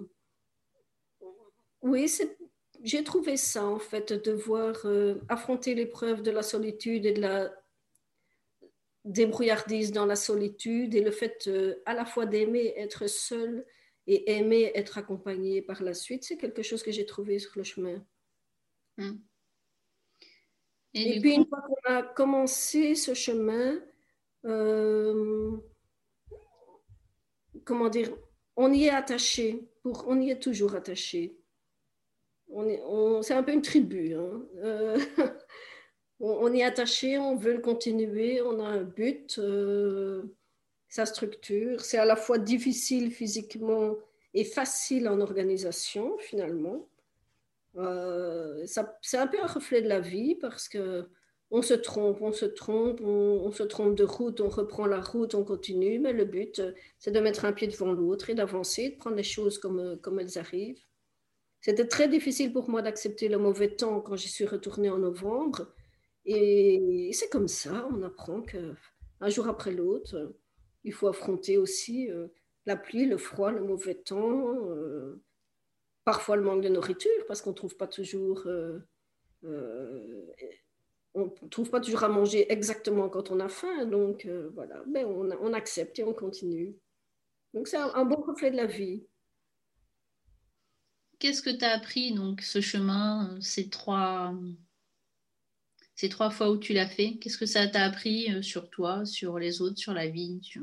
oui, c'est, j'ai trouvé ça, en fait, de devoir euh, affronter l'épreuve de la solitude et de la débrouillardise dans la solitude et le fait euh, à la fois d'aimer être seul et aimer être accompagné par la suite, c'est quelque chose que j'ai trouvé sur le chemin. Mm. Et Et du puis, coup, une fois qu'on a commencé ce chemin, euh, comment dire, on y est attaché, pour, on y est toujours attaché. On est, on, c'est un peu une tribu. Hein. Euh, on, on y est attaché, on veut le continuer, on a un but, euh, sa structure. C'est à la fois difficile physiquement et facile en organisation, finalement. Euh, ça, c'est un peu un reflet de la vie parce que on se trompe, on se trompe, on, on se trompe de route, on reprend la route, on continue, mais le but, c'est de mettre un pied devant l'autre et d'avancer, de prendre les choses comme, comme elles arrivent. C'était très difficile pour moi d'accepter le mauvais temps quand j'y suis retournée en novembre. Et c'est comme ça, on apprend qu'un jour après l'autre, il faut affronter aussi euh, la pluie, le froid, le mauvais temps, euh, parfois le manque de nourriture, parce qu'on ne trouve pas toujours, euh, euh, on trouve pas toujours à manger exactement quand on a faim. Donc euh, voilà, ben, on, on, accepte et on continue. Donc c'est un, un bon reflet de la vie. qu'est-ce que tu as appris, donc, ce chemin, ces trois, ces trois fois où tu l'as fait? Qu'est-ce que ça t'a appris euh, sur toi, sur les autres, sur la vie, sur...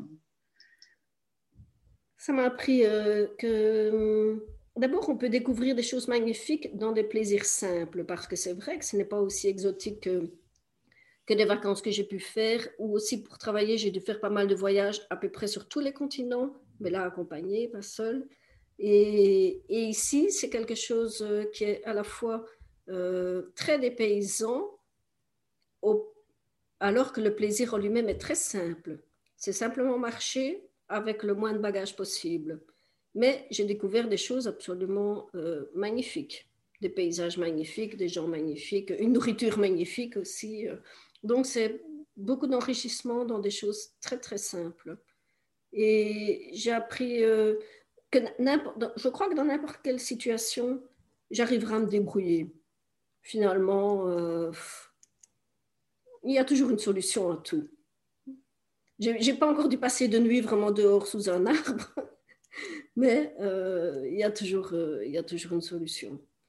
Ça m'a appris euh, que d'abord, on peut découvrir des choses magnifiques dans des plaisirs simples, parce que c'est vrai que ce n'est pas aussi exotique que, que des vacances que j'ai pu faire, ou aussi pour travailler, j'ai dû faire pas mal de voyages à peu près sur tous les continents, mais là accompagné, pas seul. Et, et ici, c'est quelque chose qui est à la fois euh, très dépaysant, au, alors que le plaisir en lui-même est très simple. C'est simplement marcher avec le moins de bagages possible. Mais j'ai découvert des choses absolument euh, magnifiques, des paysages magnifiques, des gens magnifiques, une nourriture magnifique aussi. Donc c'est beaucoup d'enrichissement dans des choses très très simples. Et j'ai appris euh, que je crois que dans n'importe quelle situation, j'arriverai à me débrouiller. Finalement, euh, il y a toujours une solution à tout. Je n'ai pas encore dû passer de nuit vraiment dehors sous un arbre, mais euh, il, y a toujours, euh, il y a toujours une solution.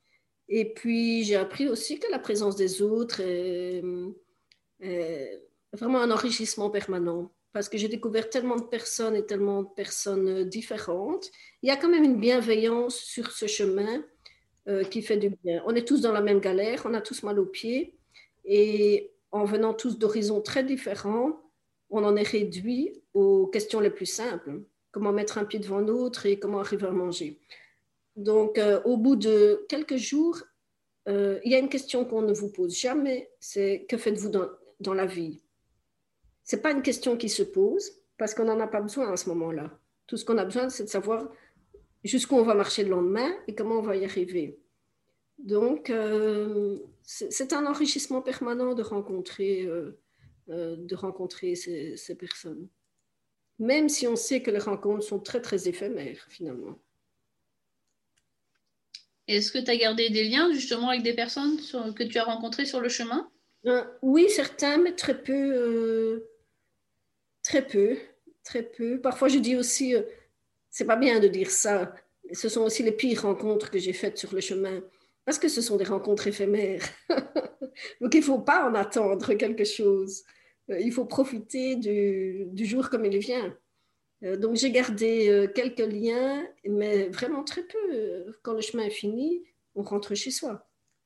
Et puis, j'ai appris aussi que la présence des autres est, est vraiment un enrichissement permanent. Parce que j'ai découvert tellement de personnes et tellement de personnes différentes. Il y a quand même une bienveillance sur ce chemin euh, qui fait du bien. On est tous dans la même galère, on a tous mal aux pieds. Et en venant tous d'horizons très différents, on en est réduit aux questions les plus simples. Comment mettre un pied devant l'autre et comment arriver à manger. Donc, euh, au bout de quelques jours, euh, il y a une question qu'on ne vous pose jamais, c'est que faites-vous dans, dans la vie? Ce n'est pas une question qui se pose parce qu'on n'en a pas besoin à ce moment-là. Tout ce qu'on a besoin, c'est de savoir jusqu'où on va marcher le lendemain et comment on va y arriver. Donc, euh, c'est un enrichissement permanent de rencontrer, euh, euh, de rencontrer ces, ces personnes. Même si on sait que les rencontres sont très, très éphémères, finalement. Est-ce que tu as gardé des liens justement avec des personnes sur, que tu as rencontrées sur le chemin? euh, Oui, certains, mais très peu. Euh, très peu. Très peu. Parfois, je dis aussi, euh, c'est pas bien de dire ça. Ce sont aussi les pires rencontres que j'ai faites sur le chemin. Parce que ce sont des rencontres éphémères. Donc, il ne faut pas en attendre quelque chose. Euh, il faut profiter du, du jour comme il vient. Euh, donc, j'ai gardé euh, quelques liens, mais vraiment très peu. Quand le chemin est fini, on rentre chez soi.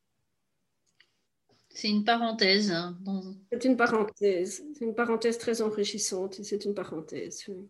C'est une parenthèse. Hein, dans... C'est une parenthèse. C'est une parenthèse très enrichissante. C'est une parenthèse. Oui.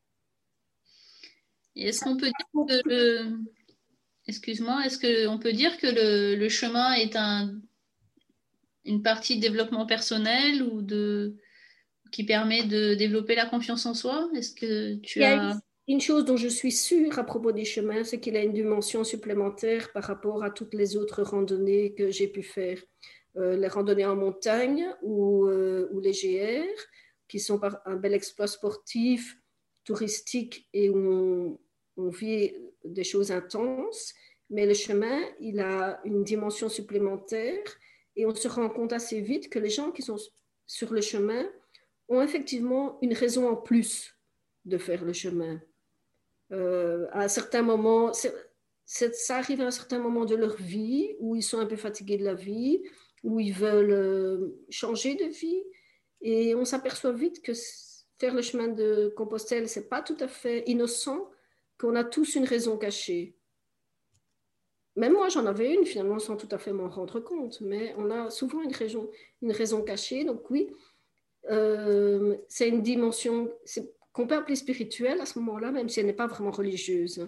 Et est-ce qu'on peut dire que le... Excuse-moi, est-ce qu'on peut dire que le, le chemin est un, une partie de développement personnel ou de, qui permet de développer la confiance en soi? Est-ce que Il tu y a as... une chose dont je suis sûre à propos des chemins, c'est qu'il a une dimension supplémentaire par rapport à toutes les autres randonnées que j'ai pu faire. Euh, les randonnées en montagne ou, euh, ou les G R, qui sont un bel exploit sportif, touristique et où on, on vit des choses intenses. Mais le chemin, il a une dimension supplémentaire et on se rend compte assez vite que les gens qui sont sur le chemin ont effectivement une raison en plus de faire le chemin. Euh, à un certain moment, c'est, c'est, ça arrive à un certain moment de leur vie où ils sont un peu fatigués de la vie, où ils veulent euh, changer de vie. Et on s'aperçoit vite que faire le chemin de Compostelle, c'est pas tout à fait innocent, qu'on a tous une raison cachée. Même moi, j'en avais une finalement sans tout à fait m'en rendre compte, mais on a souvent une raison, une raison cachée. Donc oui, euh, c'est une dimension c'est, qu'on peut appeler spirituelle à ce moment-là, même si elle n'est pas vraiment religieuse.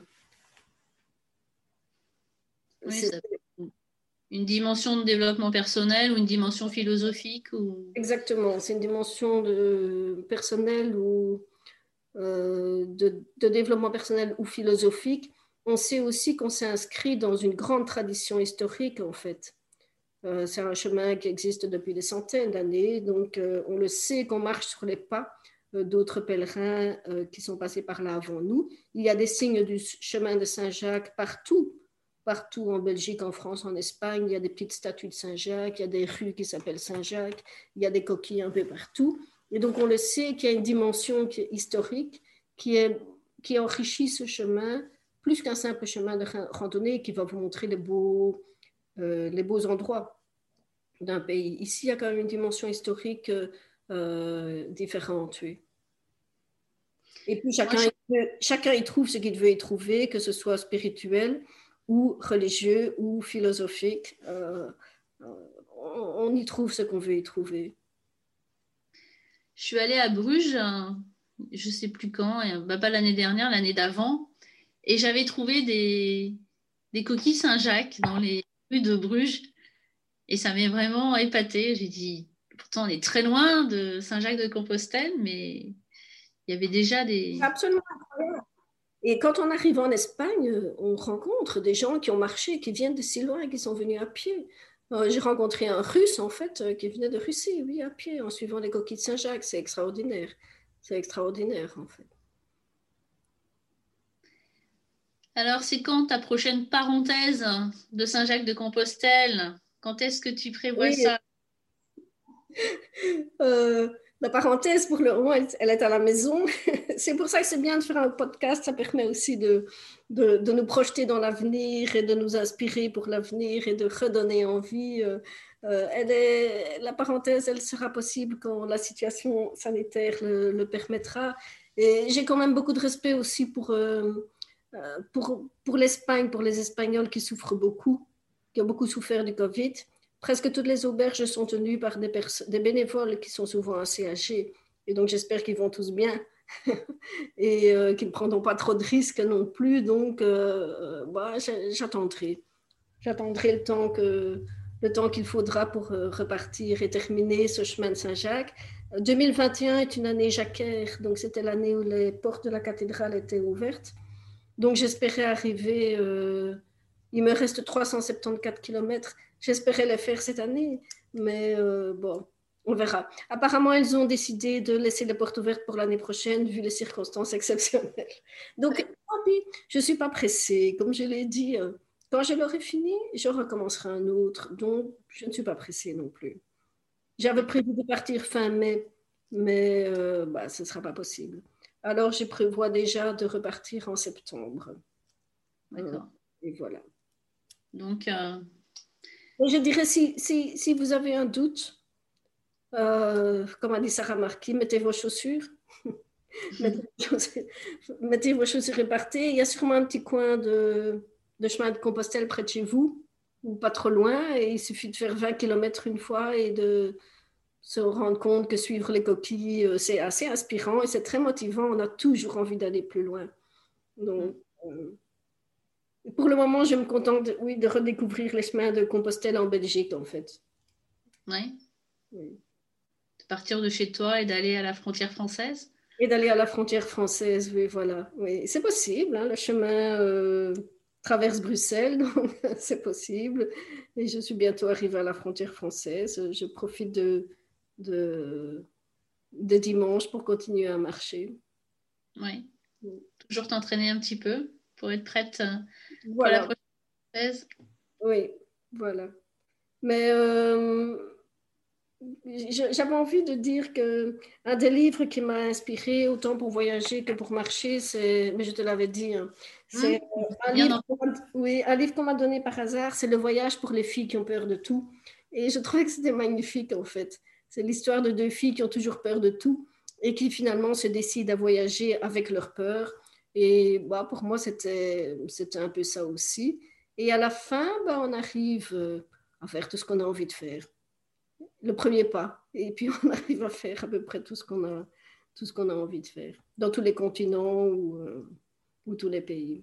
Oui, ça... Une dimension de développement personnel ou une dimension philosophique ou... Exactement, c'est une dimension de, personnelle ou euh, de, de développement personnel ou philosophique. On sait aussi qu'on s'est inscrit dans une grande tradition historique, en fait. Euh, c'est un chemin qui existe depuis des centaines d'années, donc euh, on le sait qu'on marche sur les pas euh, d'autres pèlerins euh, qui sont passés par là avant nous. Il y a des signes du chemin de Saint-Jacques partout, partout en Belgique, en France, en Espagne. Il y a des petites statues de Saint-Jacques, il y a des rues qui s'appellent Saint-Jacques, il y a des coquilles un peu partout. Et donc on le sait qu'il y a une dimension qui est historique qui, est, qui enrichit ce chemin plus qu'un simple chemin de randonnée qui va vous montrer les beaux, euh, les beaux endroits d'un pays. Ici, il y a quand même une dimension historique euh, différente, oui. Et puis, chacun, Moi, je... chacun y trouve ce qu'il veut y trouver, que ce soit spirituel ou religieux ou philosophique. Euh, on y trouve ce qu'on veut y trouver. Je suis allée à Bruges, je ne sais plus quand, bah pas l'année dernière, l'année d'avant, et j'avais trouvé des, des coquilles Saint-Jacques dans les rues de Bruges. Et ça m'est vraiment épatée. J'ai dit, pourtant, on est très loin de Saint-Jacques-de-Compostelle, mais il y avait déjà des... Absolument incroyable. Et quand on arrive en Espagne, on rencontre des gens qui ont marché, qui viennent de si loin, qui sont venus à pied. J'ai rencontré un Russe, en fait, qui venait de Russie, oui, à pied, en suivant les coquilles de Saint-Jacques. C'est extraordinaire. C'est extraordinaire, en fait. Alors, c'est quand ta prochaine parenthèse de Saint-Jacques-de-Compostelle? Quand est-ce que tu prévois Oui. ça? euh, La parenthèse, pour le moment, elle, elle est à la maison. C'est pour ça que c'est bien de faire un podcast. Ça permet aussi de, de, de nous projeter dans l'avenir et de nous inspirer pour l'avenir et de redonner envie. Euh, euh, elle est, la parenthèse, elle sera possible quand la situation sanitaire le, le permettra. Et j'ai quand même beaucoup de respect aussi pour, euh, pour, pour l'Espagne, pour les Espagnols qui souffrent beaucoup, qui ont beaucoup souffert du Covid. Presque toutes les auberges sont tenues par des, des bénévoles qui sont souvent assez âgés. Et donc, j'espère qu'ils vont tous bien et euh, qu'ils ne prendront pas trop de risques non plus. Donc, euh, bah, j'attendrai. J'attendrai le temps que, le temps qu'il faudra pour euh, repartir et terminer ce chemin de Saint-Jacques. deux mille vingt et un est une année jacquaire, donc c'était l'année où les portes de la cathédrale étaient ouvertes. Donc, j'espérais arriver... Euh, il me reste trois cent soixante-quatorze kilomètres. J'espérais les faire cette année, mais euh, bon, on verra. Apparemment, ils ont décidé de laisser les portes ouvertes pour l'année prochaine, vu les circonstances exceptionnelles. Donc, tant pis, je ne suis pas pressée. Comme je l'ai dit, quand je l'aurai fini, je recommencerai un autre. Donc, je ne suis pas pressée non plus. J'avais prévu de partir fin mai, mais euh, bah, ce ne sera pas possible. Alors, je prévois déjà de repartir en septembre. D'accord. Euh, et voilà. Donc, euh... je dirais, si, si, si vous avez un doute, euh, comme a dit Sarah Marquis, mettez vos chaussures. mettez, vos chaussures mettez vos chaussures et partez. Il y a sûrement un petit coin de, de chemin de Compostelle près de chez vous, ou pas trop loin, et il suffit de faire vingt kilomètres une fois et de se rendre compte que suivre les coquilles, c'est assez inspirant et c'est très motivant. On a toujours envie d'aller plus loin. Donc, euh, pour le moment, je me contente, oui, de redécouvrir les chemins de Compostelle en Belgique, en fait. Ouais. Oui. De partir de chez toi et d'aller à la frontière française? Et d'aller à la frontière française, oui, voilà. Oui, c'est possible, hein, le chemin euh, traverse Bruxelles, donc c'est possible. Et je suis bientôt arrivée à la frontière française. Je profite de, de, de dimanche pour continuer à marcher. Oui. Oui. Toujours t'entraîner un petit peu pour être prête pour voilà. la frontière française? Oui, voilà. Mais euh, j'avais envie de dire qu'un des livres qui m'a inspiré autant pour voyager que pour marcher, c'est, mais je te l'avais dit, hein, c'est mmh, un, livre, oui, un livre qu'on m'a donné par hasard, c'est Le voyage pour les filles qui ont peur de tout. Et je trouvais que c'était magnifique en fait. C'est l'histoire de deux filles qui ont toujours peur de tout et qui finalement se décident à voyager avec leur peur. Et bah, pour moi, c'était, c'était un peu ça aussi. Et à la fin, bah, on arrive à faire tout ce qu'on a envie de faire. Le premier pas. Et puis, on arrive à faire à peu près tout ce qu'on a, tout ce qu'on a envie de faire, dans tous les continents ou, euh, ou tous les pays.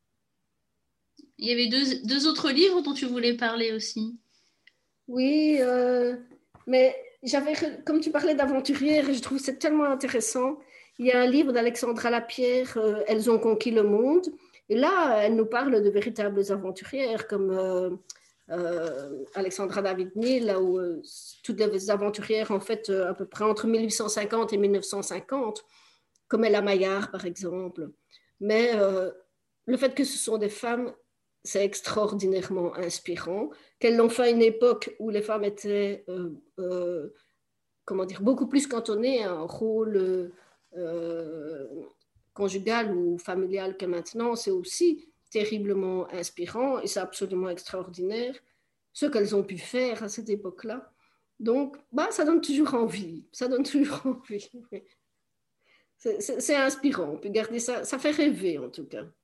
Il y avait deux, deux autres livres dont tu voulais parler aussi. Oui, euh, mais j'avais, comme tu parlais d'aventurières, je trouve que c'est tellement intéressant. Il y a un livre d'Alexandra Lapierre, euh, Elles ont conquis le monde. Et là, elle nous parle de véritables aventurières comme euh, euh, Alexandra David-Néel, là où euh, toutes les aventurières, en fait, euh, à peu près entre mille huit cent cinquante et mille neuf cent cinquante, comme Ella Maillard, par exemple. Mais euh, le fait que ce sont des femmes, c'est extraordinairement inspirant. Qu'elles l'ont fait à une époque où les femmes étaient, euh, euh, comment dire, beaucoup plus cantonnées à un rôle euh, conjugal ou familial que maintenant, c'est aussi terriblement inspirant et c'est absolument extraordinaire ce qu'elles ont pu faire à cette époque-là. Donc, bah, ça donne toujours envie. Ça donne toujours envie. C'est, c'est, c'est inspirant. On peut garder ça. Ça fait rêver, en tout cas.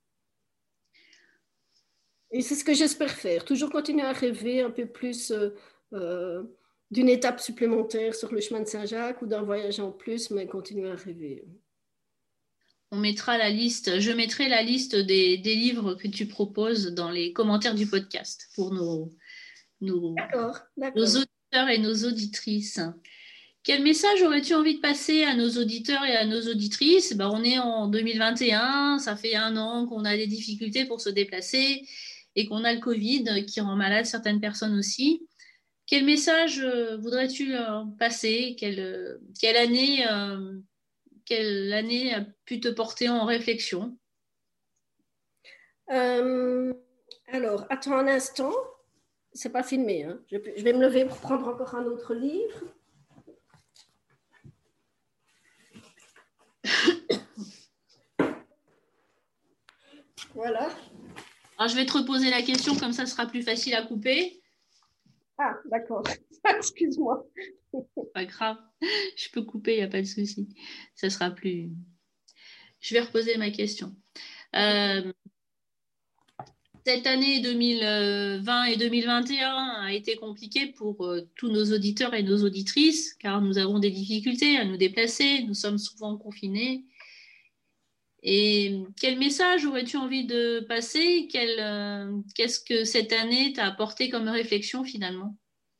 Et c'est ce que j'espère faire. Toujours continuer à rêver un peu plus euh, euh, d'une étape supplémentaire sur le chemin de Saint-Jacques ou d'un voyage en plus, mais continuer à rêver. On mettra la liste, je mettrai la liste des, des livres que tu proposes dans les commentaires du podcast pour nos, nos, d'accord, d'accord. nos auditeurs et nos auditrices. Quel message aurais-tu envie de passer à nos auditeurs et à nos auditrices? Ben, on est en deux mille vingt et un, ça fait un an qu'on a des difficultés pour se déplacer et qu'on a le Covid qui rend malade certaines personnes aussi. Quel message euh, voudrais-tu leur passer? Quelle, quelle année, euh, quelle année a pu te porter en réflexion? Euh, alors, attends un instant. C'est pas filmé. Hein. Je, je vais me lever pour prendre encore un autre livre. Voilà. Alors, je vais te reposer la question, comme ça, ce sera plus facile à couper. Ah, d'accord. Excuse-moi. Pas grave. Je peux couper, il n'y a pas de souci. Ça sera plus... Je vais reposer ma question. Euh, cette année deux mille vingt et deux mille vingt et un a été compliquée pour euh, tous nos auditeurs et nos auditrices, car nous avons des difficultés à nous déplacer, nous sommes souvent confinés. Et quel message aurais-tu envie de passer? Quel, euh, qu'est-ce que cette année t'a apporté comme réflexion finalement?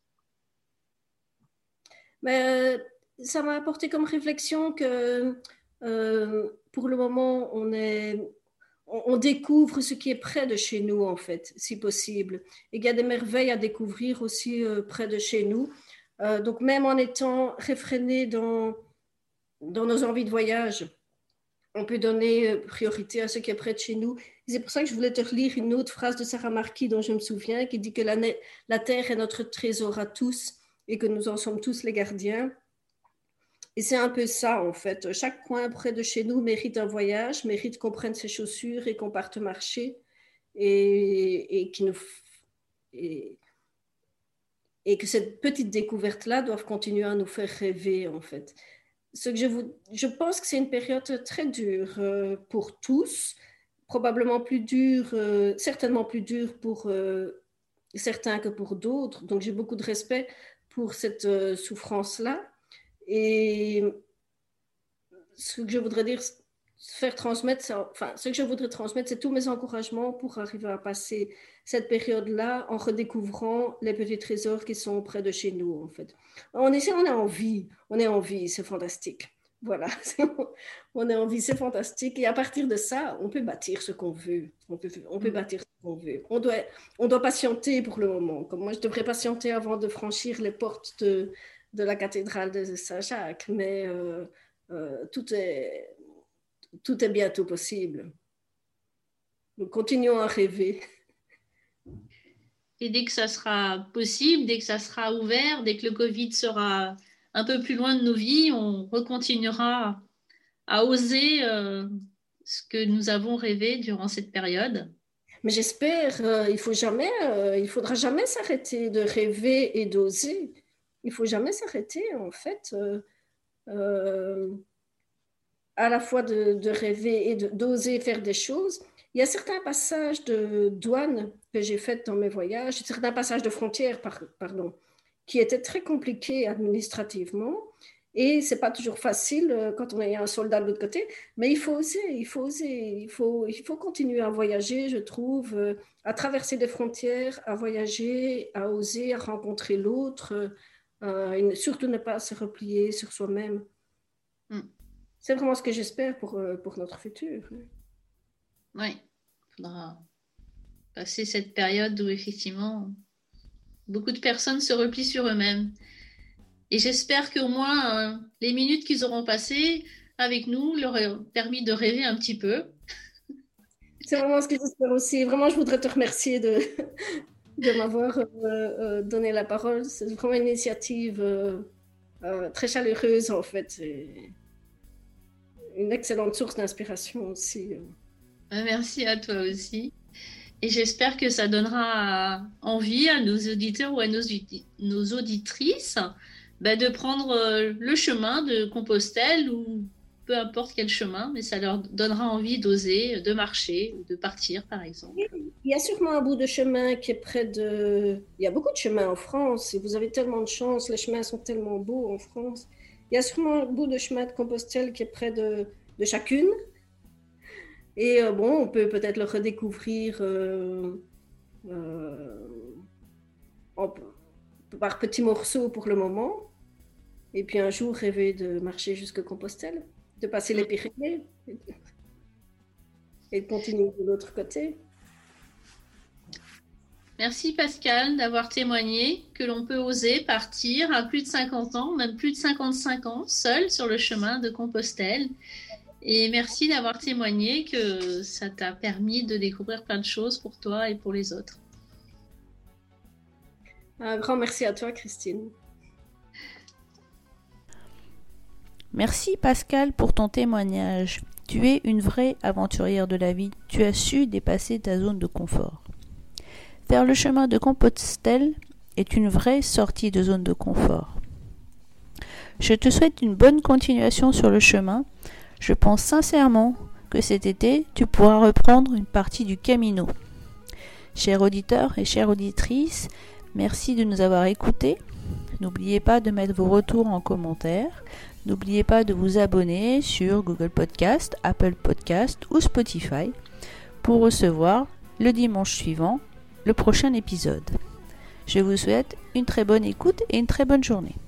Mais, ça m'a apporté comme réflexion que euh, pour le moment, on, est, on, on découvre ce qui est près de chez nous, en fait, si possible. Et qu'il y a des merveilles à découvrir aussi euh, près de chez nous. Euh, donc, même en étant réfréné dans, dans nos envies de voyage, on peut donner priorité à ce qui est près de chez nous. Et c'est pour ça que je voulais te relire une autre phrase de Sarah Marquis dont je me souviens, qui dit que la, la terre est notre trésor à tous et que nous en sommes tous les gardiens. Et c'est un peu ça, en fait. Chaque coin près de chez nous mérite un voyage, mérite qu'on prenne ses chaussures et qu'on parte marcher et, et, qui nous, et, et que cette petite découverte-là doive continuer à nous faire rêver, en fait. Ce que je, vous, je pense que c'est une période très dure euh, pour tous, probablement plus dure, euh, certainement plus dure pour euh, certains que pour d'autres. Donc j'ai beaucoup de respect pour cette euh, souffrance-là. Et ce que je voudrais dire, faire transmettre, ça, enfin, ce que je voudrais transmettre, c'est tous mes encouragements pour arriver à passer cette période-là en redécouvrant les petits trésors qui sont près de chez nous, en fait. On est, on est en vie, on est en vie, c'est fantastique. Voilà, on est en vie, c'est fantastique. Et à partir de ça, on peut bâtir ce qu'on veut. On peut, on peut bâtir ce qu'on veut. On doit, on doit patienter pour le moment. Comme moi, je devrais patienter avant de franchir les portes de, de la cathédrale de Saint-Jacques. Mais euh, euh, tout est, tout est bientôt possible. Nous continuons à rêver. Et dès que ça sera possible, dès que ça sera ouvert, dès que le Covid sera un peu plus loin de nos vies, on recontinuera à oser euh, ce que nous avons rêvé durant cette période. Mais j'espère, euh, il faut jamais, euh, il faudra jamais s'arrêter de rêver et d'oser. Il faut jamais s'arrêter, en fait, euh, euh, à la fois de, de rêver et de, d'oser faire des choses. Il y a certains passages de douane que j'ai faits dans mes voyages, certains passages de frontières, par, pardon, qui étaient très compliqués administrativement. Et c'est pas toujours facile euh, quand on est un soldat de l'autre côté, mais il faut oser, il faut oser, il faut, il faut continuer à voyager, je trouve, euh, à traverser des frontières, à voyager, à oser, à rencontrer l'autre, euh, et surtout ne pas se replier sur soi-même. Mm. C'est vraiment ce que j'espère pour, euh, pour notre futur. Oui, il faudra passer cette période où effectivement beaucoup de personnes se replient sur eux-mêmes. Et j'espère qu'au moins, euh, les minutes qu'ils auront passées avec nous leur ont permis de rêver un petit peu. C'est vraiment ce que j'espère aussi. Vraiment, je voudrais te remercier de, de m'avoir euh, euh, donné la parole. C'est vraiment une initiative euh, euh, très chaleureuse, en fait. C'est une excellente source d'inspiration aussi. Merci à toi aussi. Et j'espère que ça donnera envie à nos auditeurs ou à nos, nos auditrices bah, de prendre le chemin de Compostelle ou peu importe quel chemin, mais ça leur donnera envie d'oser, de marcher ou de partir, par exemple. Il y a sûrement un bout de chemin qui est près de... Il y a beaucoup de chemins en France et vous avez tellement de chance, les chemins sont tellement beaux en France. Il y a sûrement un bout de chemin de Compostelle qui est près de, de chacune. Et euh, bon, on peut peut-être le redécouvrir euh, euh, en, par petits morceaux pour le moment. Et puis un jour, rêver de marcher jusqu'à Compostelle, de passer les Pyrénées et de continuer de l'autre côté. Merci Pascal d'avoir témoigné que l'on peut oser partir à plus de cinquante ans, même plus de cinquante-cinq ans, seul sur le chemin de Compostelle. Et merci d'avoir témoigné que ça t'a permis de découvrir plein de choses pour toi et pour les autres. Un grand merci à toi, Christine. Merci Pascal pour ton témoignage. Tu es une vraie aventurière de la vie. Tu as su dépasser ta zone de confort. Faire le chemin de Compostelle est une vraie sortie de zone de confort. Je te souhaite une bonne continuation sur le chemin. Je pense sincèrement que cet été, tu pourras reprendre une partie du Camino. Chers auditeurs et chères auditrices, merci de nous avoir écoutés. N'oubliez pas de mettre vos retours en commentaire. N'oubliez pas de vous abonner sur Google Podcast, Apple Podcast ou Spotify pour recevoir le dimanche suivant le prochain épisode. Je vous souhaite une très bonne écoute et une très bonne journée.